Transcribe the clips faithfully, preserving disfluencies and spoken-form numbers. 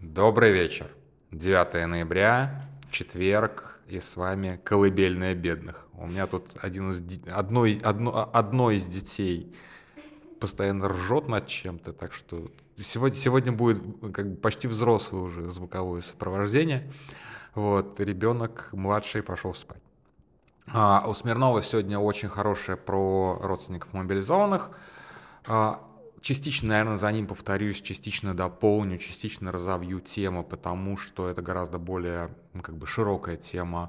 Добрый вечер. девятое ноября, четверг, и с вами колыбельная бедных. У меня тут один из, ди- одно, одно, одно из детей постоянно ржет над чем-то, так что сегодня, сегодня будет как бы почти взрослое уже звуковое сопровождение. Вот, ребенок младший пошел спать. А, у Смирнова сегодня очень хорошее про родственников мобилизованных. А, Частично, наверное, за ним повторюсь, частично дополню, частично разовью тему, потому что это гораздо более, ну, как бы широкая тема,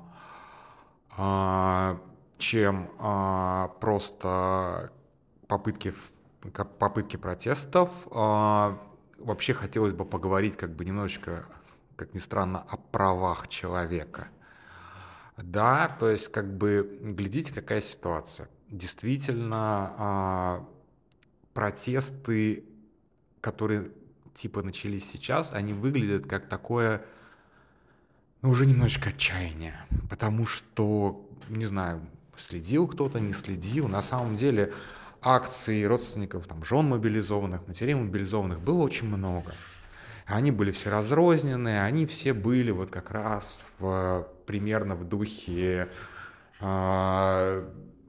а, чем а, просто попытки, в- как попытки протестов. А, Вообще хотелось бы поговорить как бы немножечко, как ни странно, о правах человека. Да, то есть как бы глядите, какая ситуация. Действительно, а, протесты, которые типа начались сейчас, они выглядят как такое, ну, уже немножечко отчаяние, потому что, не знаю, следил кто-то, не следил, на самом деле акций родственников, там, жен мобилизованных, матерей мобилизованных было очень много. Они были все разрозненные, они все были вот как раз в, примерно в духе а,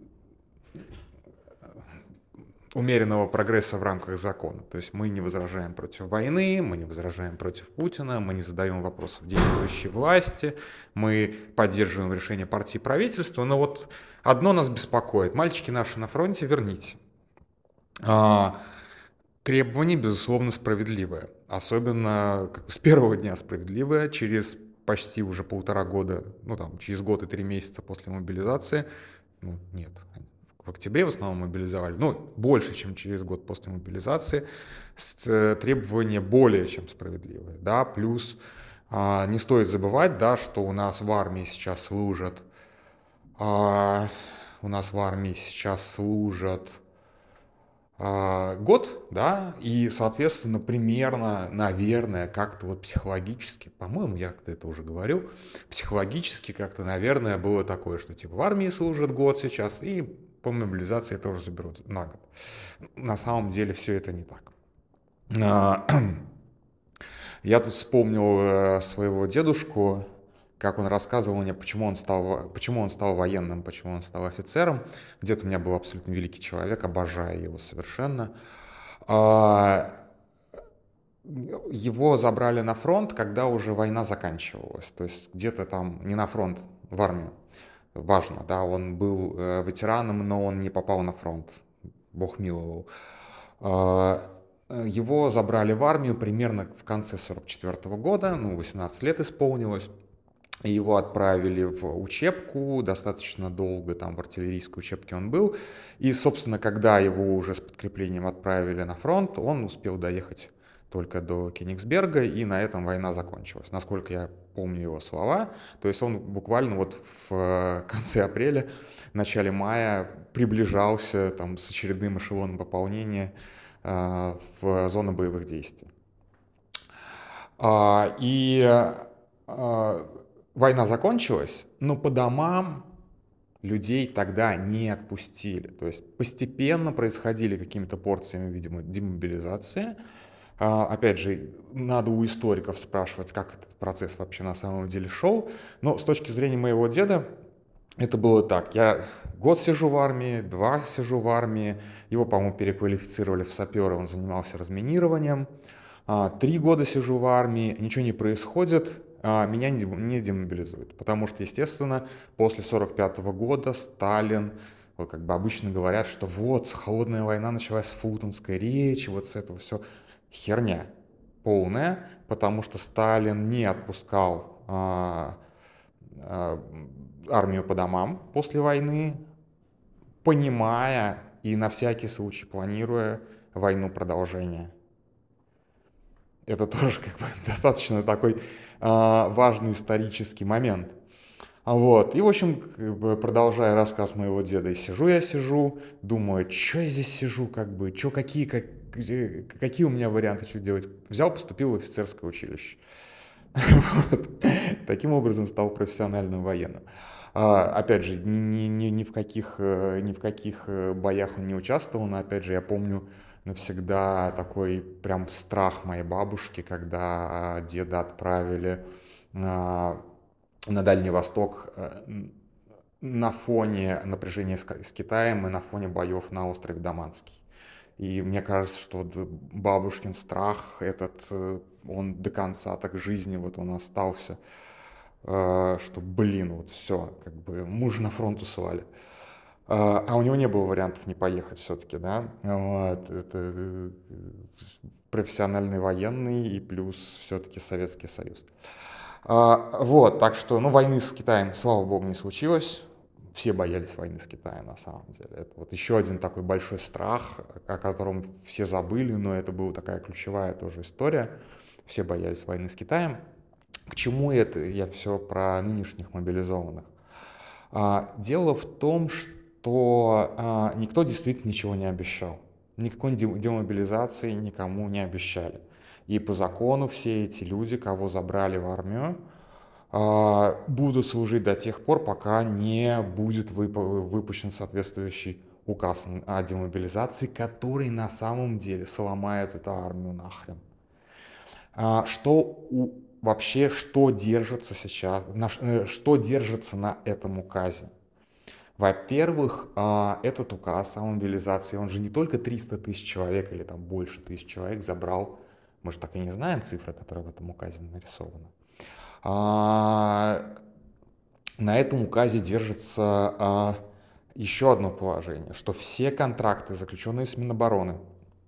умеренного прогресса в рамках закона. То есть мы не возражаем против войны, мы не возражаем против Путина, мы не задаем вопросов действующей власти, мы поддерживаем решение партии и правительства, но вот одно нас беспокоит. Мальчики наши на фронте, верните. А, Требование, безусловно, справедливое. Особенно как бы с первого дня справедливое, через почти уже полтора года, ну там, через год и три месяца после мобилизации, ну нет, в октябре в основном мобилизовали, ну, больше, чем через год после мобилизации, требования более чем справедливые, да, плюс а, не стоит забывать, да, что у нас в армии сейчас служат, а, у нас в армии сейчас служат а, год, да, и, соответственно, примерно, наверное, как-то вот психологически, по-моему, я как-то это уже говорил, психологически как-то, наверное, было такое, что типа в армии служат год сейчас, и по мобилизации тоже заберут на год. На самом деле все это не так. А, Я тут вспомнил э, своего дедушку, как он рассказывал мне, почему он стал, почему он стал военным, почему он стал офицером. Дед у меня был абсолютно великий человек, обожаю его совершенно. А, Его забрали на фронт, когда уже война заканчивалась. То есть где-то там не на фронт, в армию. Важно, да, он был э, ветераном, но он не попал на фронт. Бог миловал. А, Его забрали в армию примерно в конце сорок четвёртого года, ну, восемнадцать лет исполнилось. Его отправили в учебку, достаточно долго там в артиллерийской учебке он был. И, собственно, когда его уже с подкреплением отправили на фронт, он успел доехать только до Кенигсберга, и на этом война закончилась. Насколько я помню его слова, то есть он буквально вот в конце апреля, начале мая приближался там с очередным эшелоном пополнения э, в зону боевых действий. А, и а, Война закончилась, но по домам людей тогда не отпустили. То есть постепенно происходили какими-то порциями, видимо, демобилизация. А, Опять же, надо у историков спрашивать, как этот процесс вообще на самом деле шел. Но с точки зрения моего деда, это было так. Я год сижу в армии, два сижу в армии. Его, по-моему, переквалифицировали в сапера, он занимался разминированием. А, Три года сижу в армии, ничего не происходит, а, меня не дем- не демобилизуют. Потому что, естественно, после сорок пятого года Сталин, вот как бы обычно говорят, что вот, холодная война началась с Фултонской речи, вот с этого все. Херня полная, потому что Сталин не отпускал а, а, армию по домам после войны, понимая и на всякий случай планируя войну продолжения. Это тоже как бы достаточно такой а, важный исторический момент. А Вот. И, в общем, как бы продолжая рассказ моего деда, и сижу я сижу, думаю, что я здесь сижу, как бы, что, какие, как, где- какие у меня варианты, что делать. Взял, поступил в офицерское училище. Вот. Таким образом стал профессиональным военным. А, Опять же, ни, ни, ни в каких, э, ни в каких э, боях он не участвовал, но, опять же, я помню навсегда такой прям страх моей бабушки, когда деда отправили на, на Дальний Восток на фоне напряжения с, с Китаем и на фоне боев на острове Даманский. И мне кажется, что бабушкин страх этот, он до конца так жизни вот он остался, что, блин, вот все, как бы мужа на фронт усылали. А у него не было вариантов не поехать все-таки, да, вот, это профессиональный военный и плюс все-таки Советский Союз. Вот, так что, ну, войны с Китаем, слава богу, не случилось. Все боялись войны с Китаем, на самом деле. Это вот еще один такой большой страх, о котором все забыли, но это была такая ключевая тоже история. Все боялись войны с Китаем. К чему это? Я все про нынешних мобилизованных. Дело в том, что никто действительно ничего не обещал. Никакой демобилизации никому не обещали. И по закону все эти люди, кого забрали в армию, будут служить до тех пор, пока не будет выпущен соответствующий указ о демобилизации, который на самом деле сломает эту армию нахрен. Что у, вообще, что держится сейчас, на, что держится на этом указе? Во-первых, этот указ о мобилизации, он же не только триста тысяч человек или там больше тысяч человек забрал, мы же так и не знаем цифры, которые в этом указе нарисованы. На этом указе держится еще одно положение, что все контракты, заключенные с Минобороны,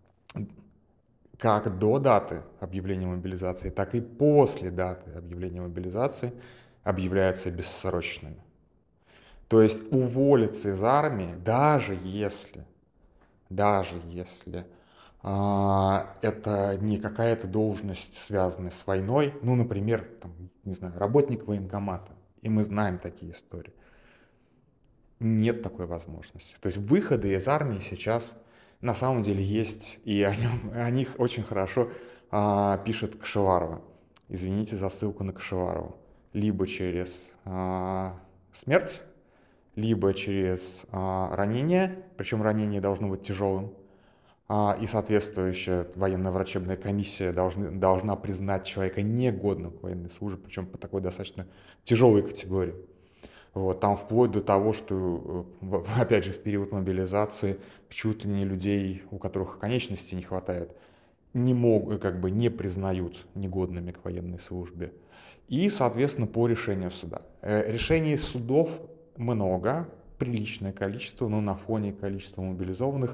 как до даты объявления мобилизации, так и после даты объявления мобилизации объявляются бессрочными. То есть уволиться из армии, даже если, даже если а, это не какая-то должность, связанная с войной, ну, например, там, не знаю, работник военкомата, и мы знаем такие истории. Нет такой возможности. То есть выходы из армии сейчас на самом деле есть, и о, нем, о них очень хорошо а, пишет Кашеварова. Извините за ссылку на Кашеварова. Либо через а, смерть, либо через а, ранение, причем ранение должно быть тяжелым, а, и соответствующая военно-врачебная комиссия должны, должна признать человека негодным к военной службе, причем по такой достаточно тяжелой категории. Вот, там вплоть до того, что, опять же, в период мобилизации чуть ли не людей, у которых конечностей не хватает, не могут, как бы не признают негодными к военной службе. И, соответственно, по решению суда. Решений судов много, приличное количество, но на фоне количества мобилизованных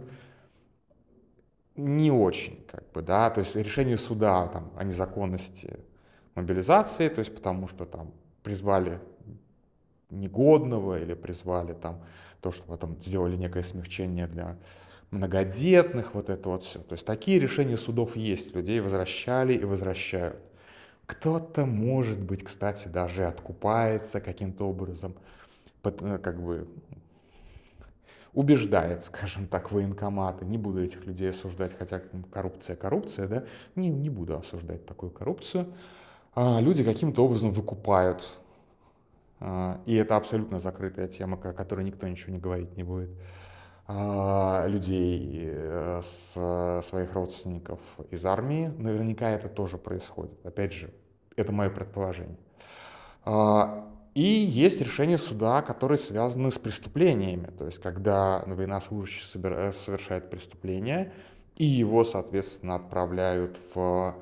не очень, как бы, да, то есть решение суда там, о незаконности мобилизации, то есть потому что там призвали негодного или призвали там то, что потом сделали некое смягчение для многодетных, вот это вот все. То есть такие решения судов есть, людей возвращали и возвращают. Кто-то, может быть, кстати, даже откупается каким-то образом, как бы убеждает, скажем так, военкоматы. Не буду этих людей осуждать, хотя коррупция, коррупция, да, не, не буду осуждать такую коррупцию. А люди каким-то образом выкупают, а, и это абсолютно закрытая тема, о которой никто ничего не говорить не будет, а, людей с своих родственников из армии. Наверняка это тоже происходит. Опять же, это мое предположение. А, И есть решения суда, которые связаны с преступлениями, то есть когда военнослужащий совершает преступление, и его, соответственно, отправляют в,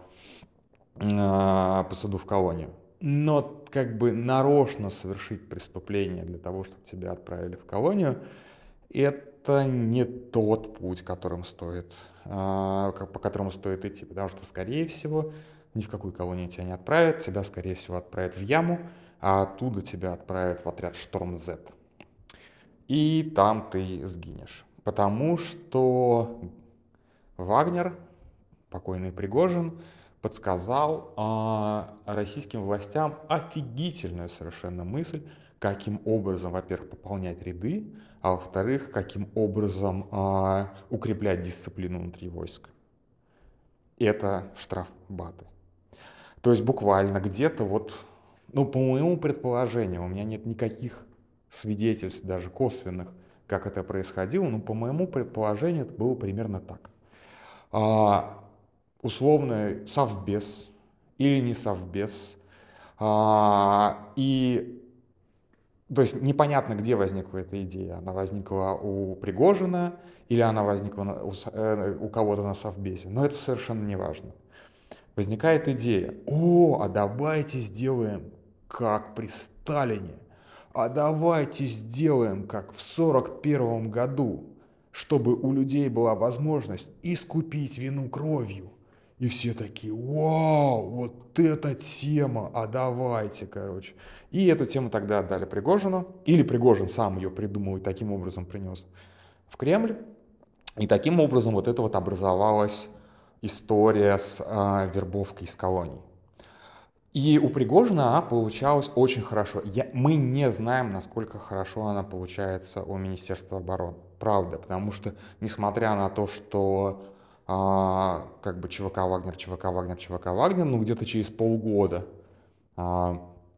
по суду в колонию. Но как бы нарочно совершить преступление для того, чтобы тебя отправили в колонию, это не тот путь, которым стоит, по которому стоит идти, потому что, скорее всего, ни в какую колонию тебя не отправят, тебя, скорее всего, отправят в яму, а оттуда тебя отправят в отряд Шторм Z. И там ты сгинешь. Потому что Вагнер, покойный Пригожин, подсказал а, российским властям офигительную совершенно мысль, каким образом, во-первых, пополнять ряды, а во-вторых, каким образом а, укреплять дисциплину внутри войск. Это штрафбаты. То есть буквально где-то вот, ну, по моему предположению, у меня нет никаких свидетельств, даже косвенных, как это происходило, но по моему предположению это было примерно так. а, условный совбез или не совбез. А, и то есть непонятно, где возникла эта идея. Она возникла у Пригожина или она возникла на- у, с- э, у кого-то на совбезе. Но это совершенно не важно. Возникает идея: о, а давайте сделаем как при Сталине, а давайте сделаем как в сорок первом году, чтобы у людей была возможность искупить вину кровью. И все такие: вау, вот эта тема, а давайте, короче. И эту тему тогда отдали Пригожину, или Пригожин сам ее придумал и таким образом принес в Кремль. И таким образом вот это вот образовалась история с а, вербовкой из колоний. И у Пригожина она получалась очень хорошо. Я, мы не знаем, насколько хорошо она получается у Министерства обороны. Правда, потому что, несмотря на то, что а, как бы ЧВК Вагнер, ЧВК Вагнер, ЧВК Вагнер, ну где-то через полгода а,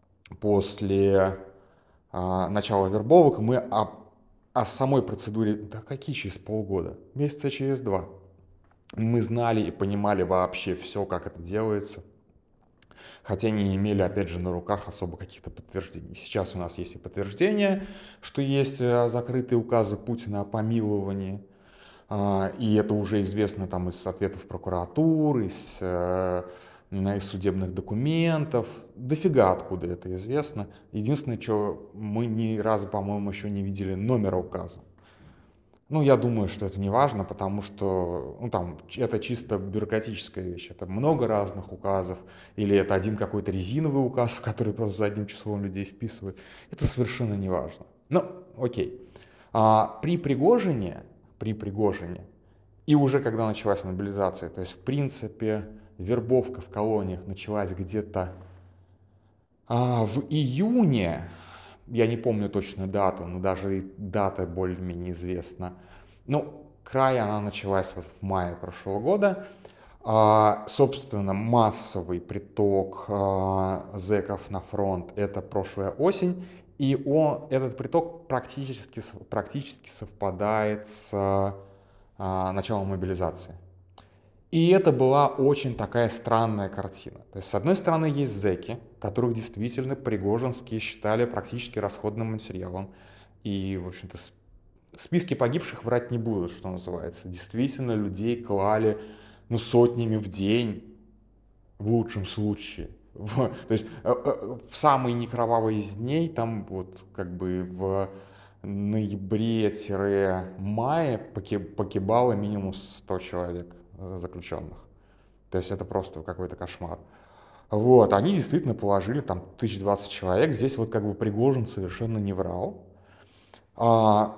после а, начала вербовок мы о, о самой процедуре, да какие через полгода, месяца через два, мы знали и понимали вообще все, как это делается, хотя не имели, опять же, на руках особо каких-то подтверждений. Сейчас у нас есть и подтверждение, что есть э, закрытые указы Путина о помиловании, а, и это уже известно там из ответов прокуратуры, из, э, из судебных документов, дофига откуда это известно. Единственное, что мы ни разу, по-моему, еще не видели номера указа. Ну, я думаю, что это не важно, потому что, ну, там, это чисто бюрократическая вещь. Это много разных указов, или это один какой-то резиновый указ, в который просто задним числом людей вписывают. Это совершенно не важно. Ну, окей. А, при Пригожине, при Пригожине, и уже когда началась мобилизация, то есть, в принципе, вербовка в колониях началась где-то а, в июне, я не помню точную дату, но даже и дата более-менее известна. Ну, край она началась вот в мае прошлого года. А, собственно, массовый приток а, зэков на фронт — это прошлая осень, и он, этот приток практически, практически совпадает с а, началом мобилизации. И это была очень такая странная картина. То есть, с одной стороны, есть зэки, которых действительно пригожинские считали практически расходным материалом. И, в общем-то, списки погибших врать не будут, что называется. Действительно, людей клали, ну, сотнями в день, в лучшем случае. В, то есть, в самый некровавый из дней, там вот как бы в ноябре-мае погибало минимум сто человек заключенных. То есть это просто какой-то кошмар. Вот, они действительно положили там тысяча двадцать человек. Здесь вот как бы Пригожин совершенно не врал. А,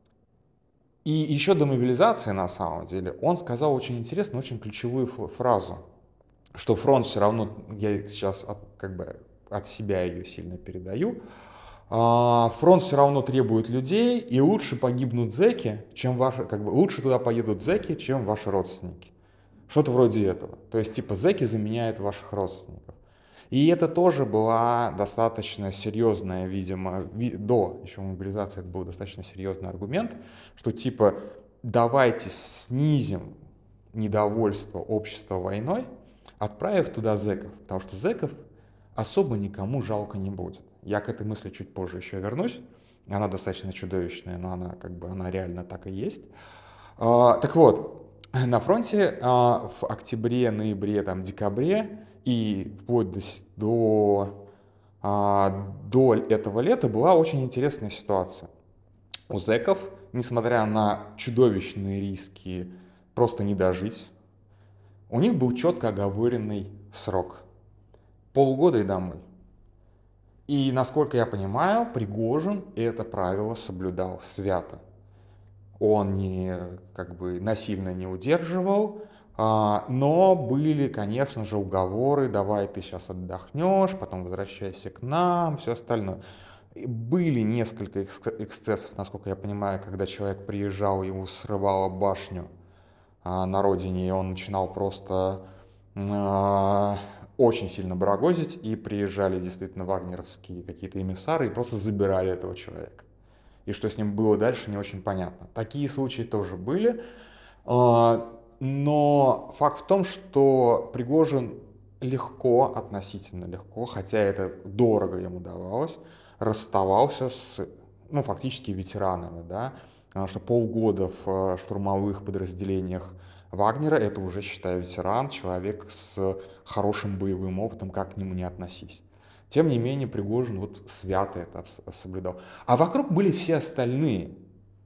и еще до мобилизации, на самом деле, он сказал очень интересную, очень ключевую фразу, что фронт все равно, я сейчас от, как бы от себя ее сильно передаю, а, фронт все равно требует людей, и лучше погибнут зэки, чем ваши, как бы лучше туда поедут зэки, чем ваши родственники. Что-то вроде этого. То есть, типа, зэки заменяют ваших родственников. И это тоже была достаточно серьезная, видимо, ви- до еще мобилизации это был достаточно серьезный аргумент, что, типа, давайте снизим недовольство общества войной, отправив туда зэков, потому что зэков особо никому жалко не будет. Я к этой мысли чуть позже еще вернусь. Она достаточно чудовищная, но она как бы она реально так и есть. А, так вот, на фронте а, в октябре, ноябре, там, декабре и вплоть до, до, а, до этого лета была очень интересная ситуация. У зэков, несмотря на чудовищные риски просто не дожить, у них был четко оговоренный срок. Полгода и домой. И, насколько я понимаю, Пригожин это правило соблюдал свято. Он не, как бы, насильно не удерживал, а, но были, конечно же, уговоры: давай ты сейчас отдохнешь, потом возвращайся к нам, все остальное. И были несколько эксцессов, насколько я понимаю, когда человек приезжал, его срывало башню а, на родине, и он начинал просто а, очень сильно барагозить, и приезжали действительно вагнеровские какие-то эмиссары и просто забирали этого человека. И что с ним было дальше, не очень понятно. Такие случаи тоже были. но факт в том, что Пригожин легко, относительно легко, хотя это дорого ему давалось, расставался с, ну, фактически ветеранами, да, потому что полгода в штурмовых подразделениях Вагнера — это уже, считаю, ветеран, человек с хорошим боевым опытом, как к нему не относись. Тем не менее, Пригожин вот свято это соблюдал. А вокруг были все остальные.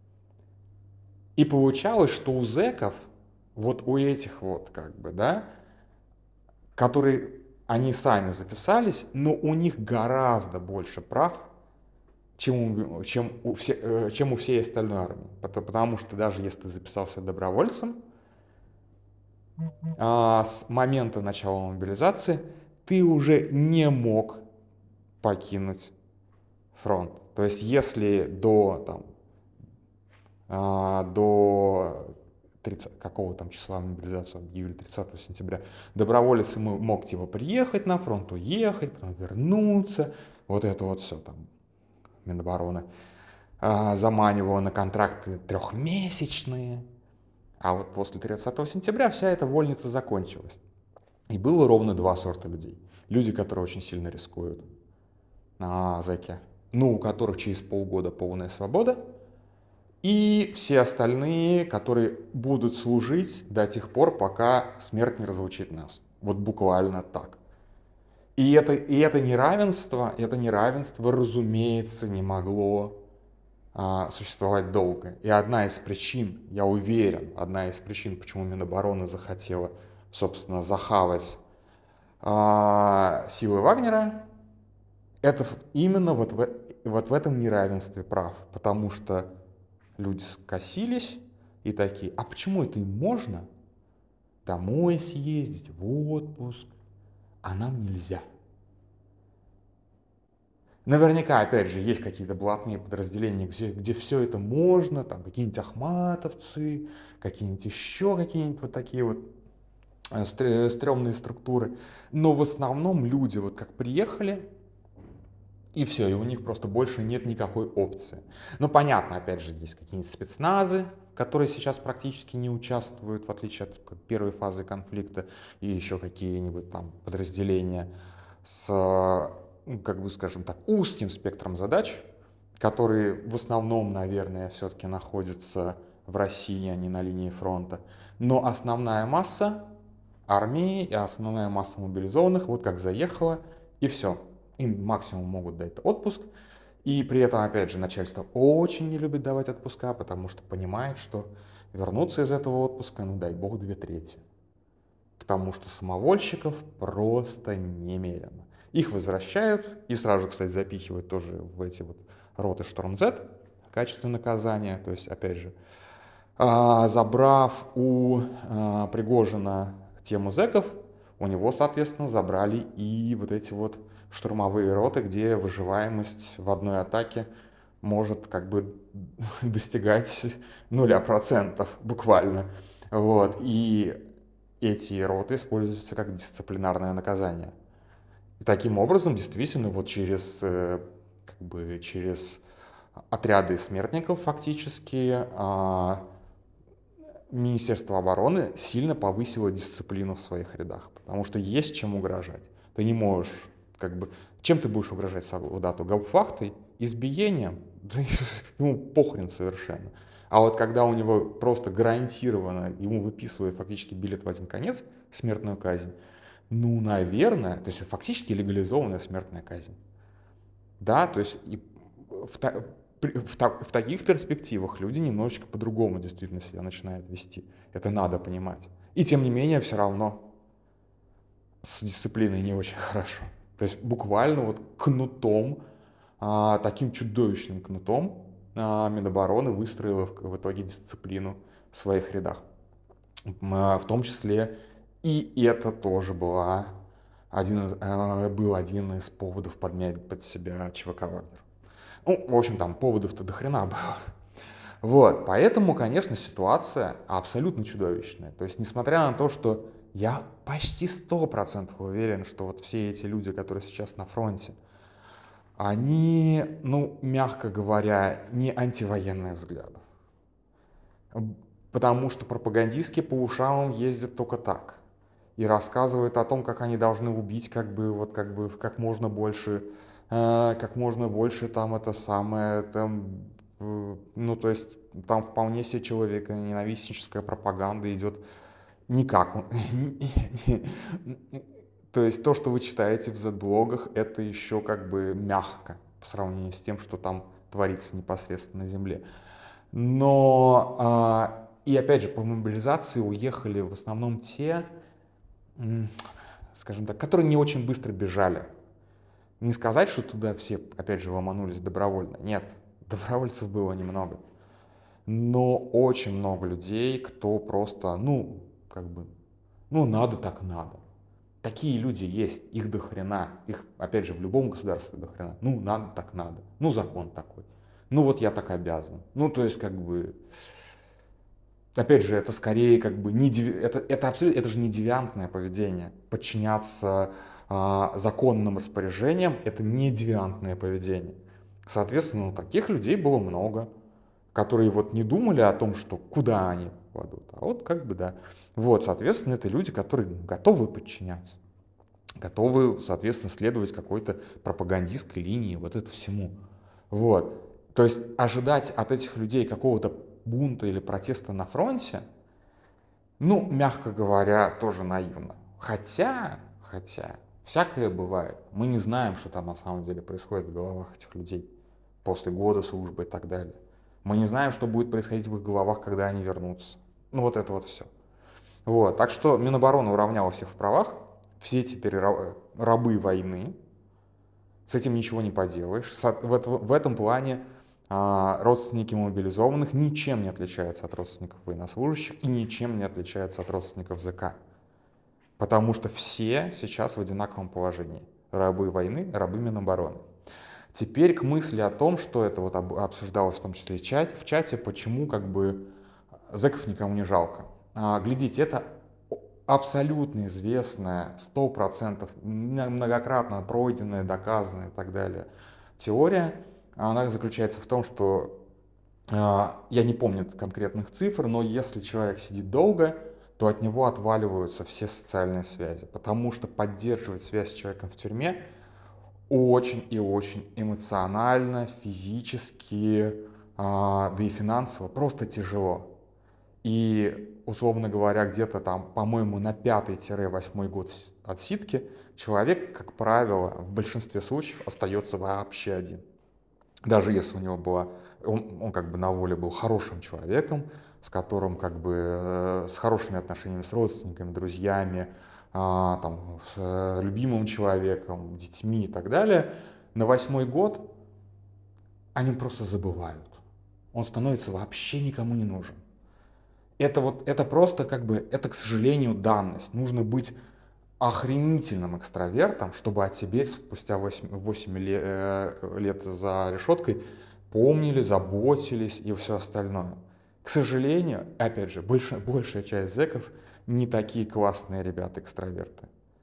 И получалось, что у зэков, вот у этих вот, как бы, да, которые, они сами записались, но у них гораздо больше прав, чем у, чем у, все, чем у всей остальной армии. Потому что даже если ты записался добровольцем, а, с момента начала мобилизации ты уже не мог покинуть фронт. То есть если до, там, а, до тридцатого, какого там числа мобилизацию объявили, тридцатого сентября, доброволец мог типа приехать на фронт, уехать, потом вернуться, вот это вот все там Минобороны а, заманивало на контракты трехмесячные. А вот после тридцатого сентября вся эта вольница закончилась. И было ровно два сорта людей. Люди, которые очень сильно рискуют, а, зэки, ну, у которых через полгода полная свобода, и все остальные, которые будут служить до тех пор, пока смерть не разлучит нас. Вот буквально так. И это, и это неравенство, это неравенство, разумеется, не могло а, существовать долго. И одна из причин, я уверен, одна из причин, почему Минобороны захотела, собственно, захавать а, силы Вагнера, это именно вот в, вот в этом неравенстве прав. Потому что люди скосились и такие: а почему это им можно домой съездить, в отпуск, а нам нельзя? Наверняка, опять же, есть какие-то блатные подразделения, где, где все это можно, там какие-нибудь ахматовцы, какие-нибудь еще какие-нибудь вот такие вот стрёмные структуры. Но в основном люди вот как приехали, и все, и у них просто больше нет никакой опции. Ну, понятно, опять же, есть какие-нибудь спецназы, которые сейчас практически не участвуют, в отличие от первой фазы конфликта, и еще какие-нибудь там подразделения с, ну, как бы, скажем так, узким спектром задач, которые в основном, наверное, все-таки находятся в России, а не на линии фронта. Но основная масса армии и основная масса мобилизованных вот как заехала, и все. Им максимум могут дать отпуск. И при этом, опять же, начальство очень не любит давать отпуска, потому что понимает, что вернуться из этого отпуска, ну дай бог, две трети. Потому что самовольщиков просто немерено. Их возвращают и сразу, кстати, запихивают тоже в эти вот роты Шторм Z в качестве наказания. То есть, опять же, забрав у Пригожина тему зэков, у него, соответственно, забрали и вот эти вот штурмовые роты, где выживаемость в одной атаке может как бы достигать нуля процентов буквально. Вот. И эти роты используются как дисциплинарное наказание. И таким образом, действительно, вот через, как бы, через отряды смертников фактически Министерство обороны сильно повысило дисциплину в своих рядах, потому что есть чем угрожать. Ты не можешь, как бы, чем ты будешь угрожать солдату? Гауптвахтой, избиением? Да ему похрен совершенно. А вот когда у него просто гарантированно, ему выписывают фактически билет в один конец, смертную казнь, ну, наверное, то есть фактически легализованная смертная казнь. Да, то есть и в, в, в таких перспективах люди немножечко по-другому действительно себя начинают вести. Это надо понимать. И тем не менее, все равно с дисциплиной не очень хорошо. То есть буквально вот кнутом, а, таким чудовищным кнутом а, Минобороны выстроила в, в итоге дисциплину в своих рядах. А, в том числе и это тоже была один из, а, был один из поводов подмять под себя ЧВК Вагнер. Ну, в общем, там поводов-то до хрена было. Вот, поэтому, конечно, ситуация абсолютно чудовищная. То есть, несмотря на то, что я почти сто процентов уверен, что вот все эти люди, которые сейчас на фронте, они, ну, мягко говоря, не антивоенных взглядов. потому что пропагандистки по ушам ездят только так. И рассказывают о том, как они должны убить как бы вот как бы как можно больше, э, как можно больше там это самое, там, э, ну то есть там вполне себе человеконенавистническая пропаганда идет никак. То есть то, что вы читаете в зет-блогах, это еще как бы мягко по сравнению с тем, что там творится непосредственно на земле. Но, а, и опять же, по мобилизации уехали в основном те, скажем так, которые не очень быстро бежали. Не сказать, что туда все, опять же, ломанулись добровольно. Нет, добровольцев было немного. Но очень много людей, кто просто, ну, как бы, ну, надо так надо. Такие люди есть, их до хрена. Их, опять же, в любом государстве до хрена. Ну, надо так надо. Ну, закон такой. Ну, вот я так обязан. Ну, то есть, как бы, опять же, это скорее как бы не деви... это, это абсолютно, это же не девиантное поведение. Подчиняться а, законным распоряжениям — это не девиантное поведение. Соответственно, ну, таких людей было много, которые вот не думали о том, что куда они попадут, а вот как бы да. Вот, соответственно, это люди, которые готовы подчиняться, готовы, соответственно, следовать какой-то пропагандистской линии, вот это всему. Вот. То есть ожидать от этих людей какого-то бунта или протеста на фронте, ну, мягко говоря, тоже наивно. Хотя, хотя, всякое бывает. Мы не знаем, что там на самом деле происходит в головах этих людей после года службы и так далее. Мы не знаем, что будет происходить в их головах, когда они вернутся. Ну, вот это вот все. Вот. Так что Минобороны уравняла всех в правах. Все теперь рабы войны. С этим ничего не поделаешь. В этом плане родственники мобилизованных ничем не отличаются от родственников военнослужащих и ничем не отличаются от родственников ЗК. Потому что все сейчас в одинаковом положении. Рабы войны, рабы Минобороны. Теперь к мысли о том, что это вот обсуждалось в том числе и в чате, почему как бы зэков никому не жалко. Глядите, это абсолютно известная, сто процентов, многократно пройденная, доказанная и так далее теория. Она заключается в том, что, я не помню конкретных цифр, но если человек сидит долго, то от него отваливаются все социальные связи, потому что поддерживать связь с человеком в тюрьме очень и очень эмоционально, физически, да и финансово просто тяжело. И, условно говоря, где-то там, по-моему, на пятый-восьмой год отсидки человек, как правило, в большинстве случаев остается вообще один. Даже если у него была, он, он как бы на воле был хорошим человеком, с которым как бы, с хорошими отношениями с родственниками, друзьями, там, с любимым человеком, детьми и так далее, на восьмой год о нем просто забывают. Он становится вообще никому не нужен. Это вот, это просто как бы, это, к сожалению, данность. Нужно быть охренительным экстравертом, чтобы о тебе спустя восемь лет за решеткой помнили, заботились и все остальное. К сожалению, опять же, большая, большая часть зэков не такие классные ребята, экстраверты.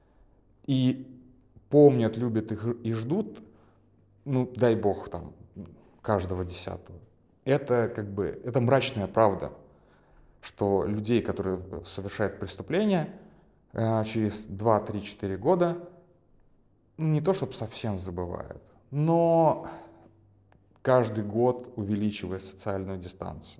И помнят, любят их и ждут, ну, дай бог, там, каждого десятого. Это как бы, это мрачная правда, что людей, которые совершают преступления, через два-три-четыре года, не то чтобы совсем забывают, но каждый год увеличивая социальную дистанцию.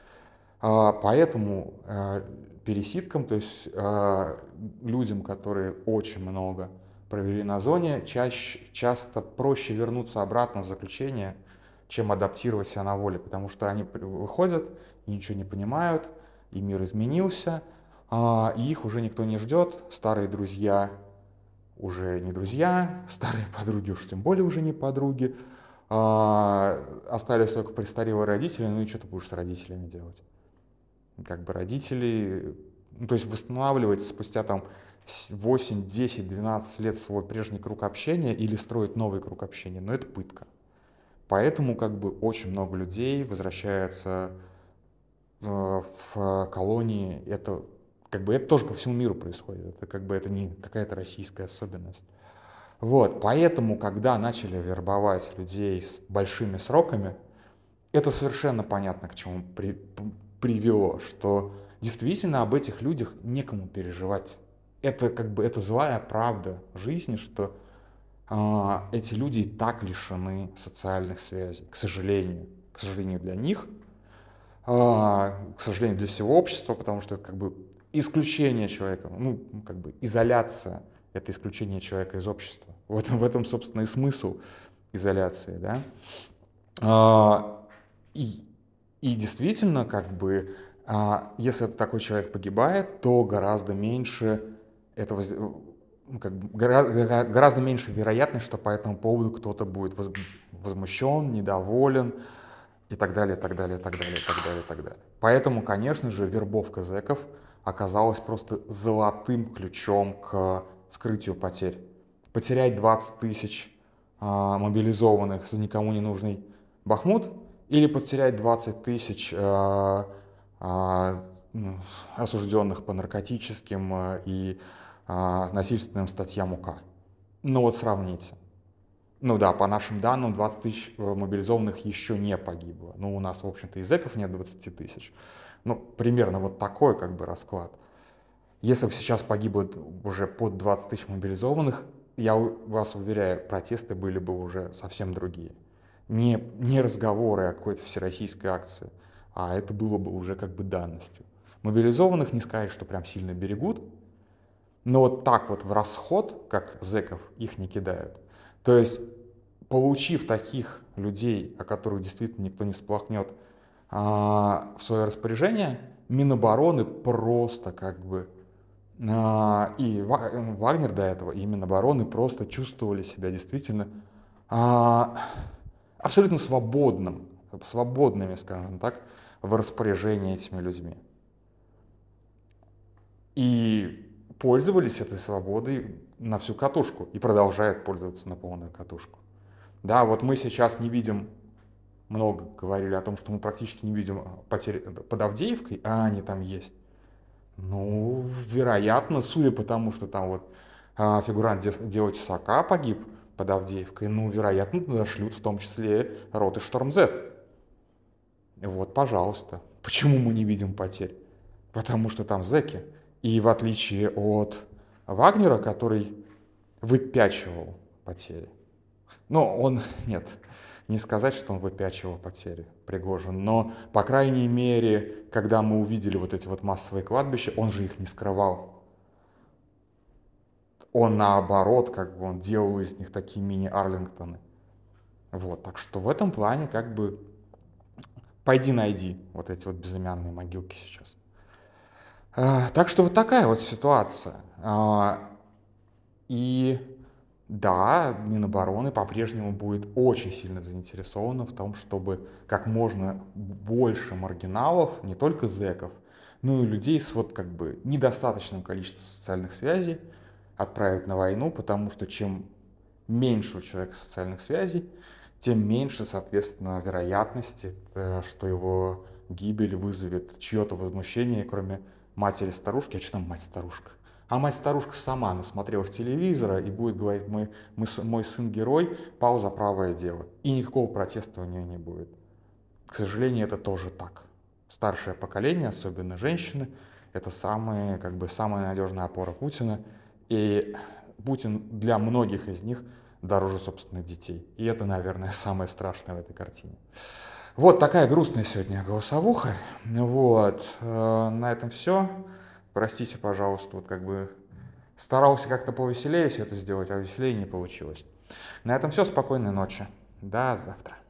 Поэтому пересидкам, то есть людям, которые очень много провели на зоне, чаще, часто проще вернуться обратно в заключение, чем адаптировать себя на воле, потому что они выходят, ничего не понимают, и мир изменился, и их уже никто не ждет, старые друзья уже не друзья, старые подруги уж тем более уже не подруги, остались только престарелые родители, ну и что ты будешь с родителями делать? Как бы родители, ну, то есть восстанавливать спустя там восемь, десять, двенадцать лет свой прежний круг общения или строить новый круг общения, но это пытка. Поэтому как бы очень много людей возвращается в колонии, это как бы это тоже по всему миру происходит, это как бы это не какая-то российская особенность. Вот, поэтому, когда начали вербовать людей с большими сроками, это совершенно понятно, к чему при, привело, что действительно об этих людях некому переживать. Это как бы это злая правда жизни, что а, эти люди и так лишены социальных связей, к сожалению. К сожалению для них, а, к сожалению для всего общества, потому что это как бы исключение человека, ну, как бы изоляция, это исключение человека из общества. В этом, в этом собственно, и смысл изоляции, да. А, и, и действительно, как бы, а, если это такой человек погибает, то гораздо меньше это воз... ну, как бы, гора... гораздо меньше вероятность, что по этому поводу кто-то будет воз... возмущен, недоволен и так далее, и так далее, и так далее, и так далее, и так далее. Поэтому, конечно же, вербовка зэков оказалась просто золотым ключом к скрытию потерь. Потерять двадцать тысяч а, мобилизованных за никому не нужный Бахмут или потерять двадцать тысяч а, а, осужденных по наркотическим а, и а, насильственным статьям УК. Ну вот сравните. Ну да, по нашим данным, двадцать тысяч мобилизованных еще не погибло. Ну, у нас, в общем-то, и зэков нет двадцать тысяч. Ну, примерно вот такой как бы расклад. Если бы сейчас погибло уже под двадцать тысяч мобилизованных, я вас уверяю, протесты были бы уже совсем другие. Не, не разговоры о какой-то всероссийской акции, а это было бы уже как бы данностью. Мобилизованных не сказать, что прям сильно берегут, но вот так вот в расход, как зэков, их не кидают. То есть, получив таких людей, о которых действительно никто не сплохнет, в свое распоряжение, Минобороны просто как бы, и Вагнер до этого, и Минобороны просто чувствовали себя действительно абсолютно свободным, свободными, скажем так, в распоряжении этими людьми. И пользовались этой свободой на всю катушку и продолжают пользоваться на полную катушку. Да, вот мы сейчас не видим, много говорили о том, что мы практически не видим потери под Авдеевкой, а они там есть. Ну, вероятно, судя по тому, что там вот а, фигурант Дело Тесака погиб под Авдеевкой, ну, вероятно, туда шлют в том числе роты Шторм-З. Вот, пожалуйста. Почему мы не видим потерь? Потому что там зэки. И в отличие от Вагнера, который выпячивал потери. Но он, нет, не сказать, что он выпячивал потери, Пригожин, но, по крайней мере, когда мы увидели вот эти вот массовые кладбища, он же их не скрывал. Он наоборот, как бы он делал из них такие мини-Арлингтоны. Вот, так что в этом плане как бы пойди найди вот эти вот безымянные могилки сейчас. А, так что вот такая вот ситуация. А, и да, Минобороны по-прежнему будет очень сильно заинтересована в том, чтобы как можно больше маргиналов, не только зэков, но и людей с вот как бы недостаточным количеством социальных связей отправить на войну, потому что чем меньше у человека социальных связей, тем меньше, соответственно, вероятности, что его гибель вызовет чье-то возмущение, кроме матери-старушки. А что там мать-старушка? А мать-старушка сама насмотрелась телевизора и будет говорить, мой, мой, мой сын герой пал за правое дело. И никакого протеста у нее не будет. К сожалению, это тоже так. Старшее поколение, особенно женщины, это самые, как бы, самая надежная опора Путина. И Путин для многих из них дороже собственных детей. И это, наверное, самое страшное в этой картине. Вот такая грустная сегодня голосовуха. Вот. На этом все. Простите, пожалуйста, вот как бы старался как-то повеселее все это сделать, а веселее не получилось. На этом все. Спокойной ночи. До завтра.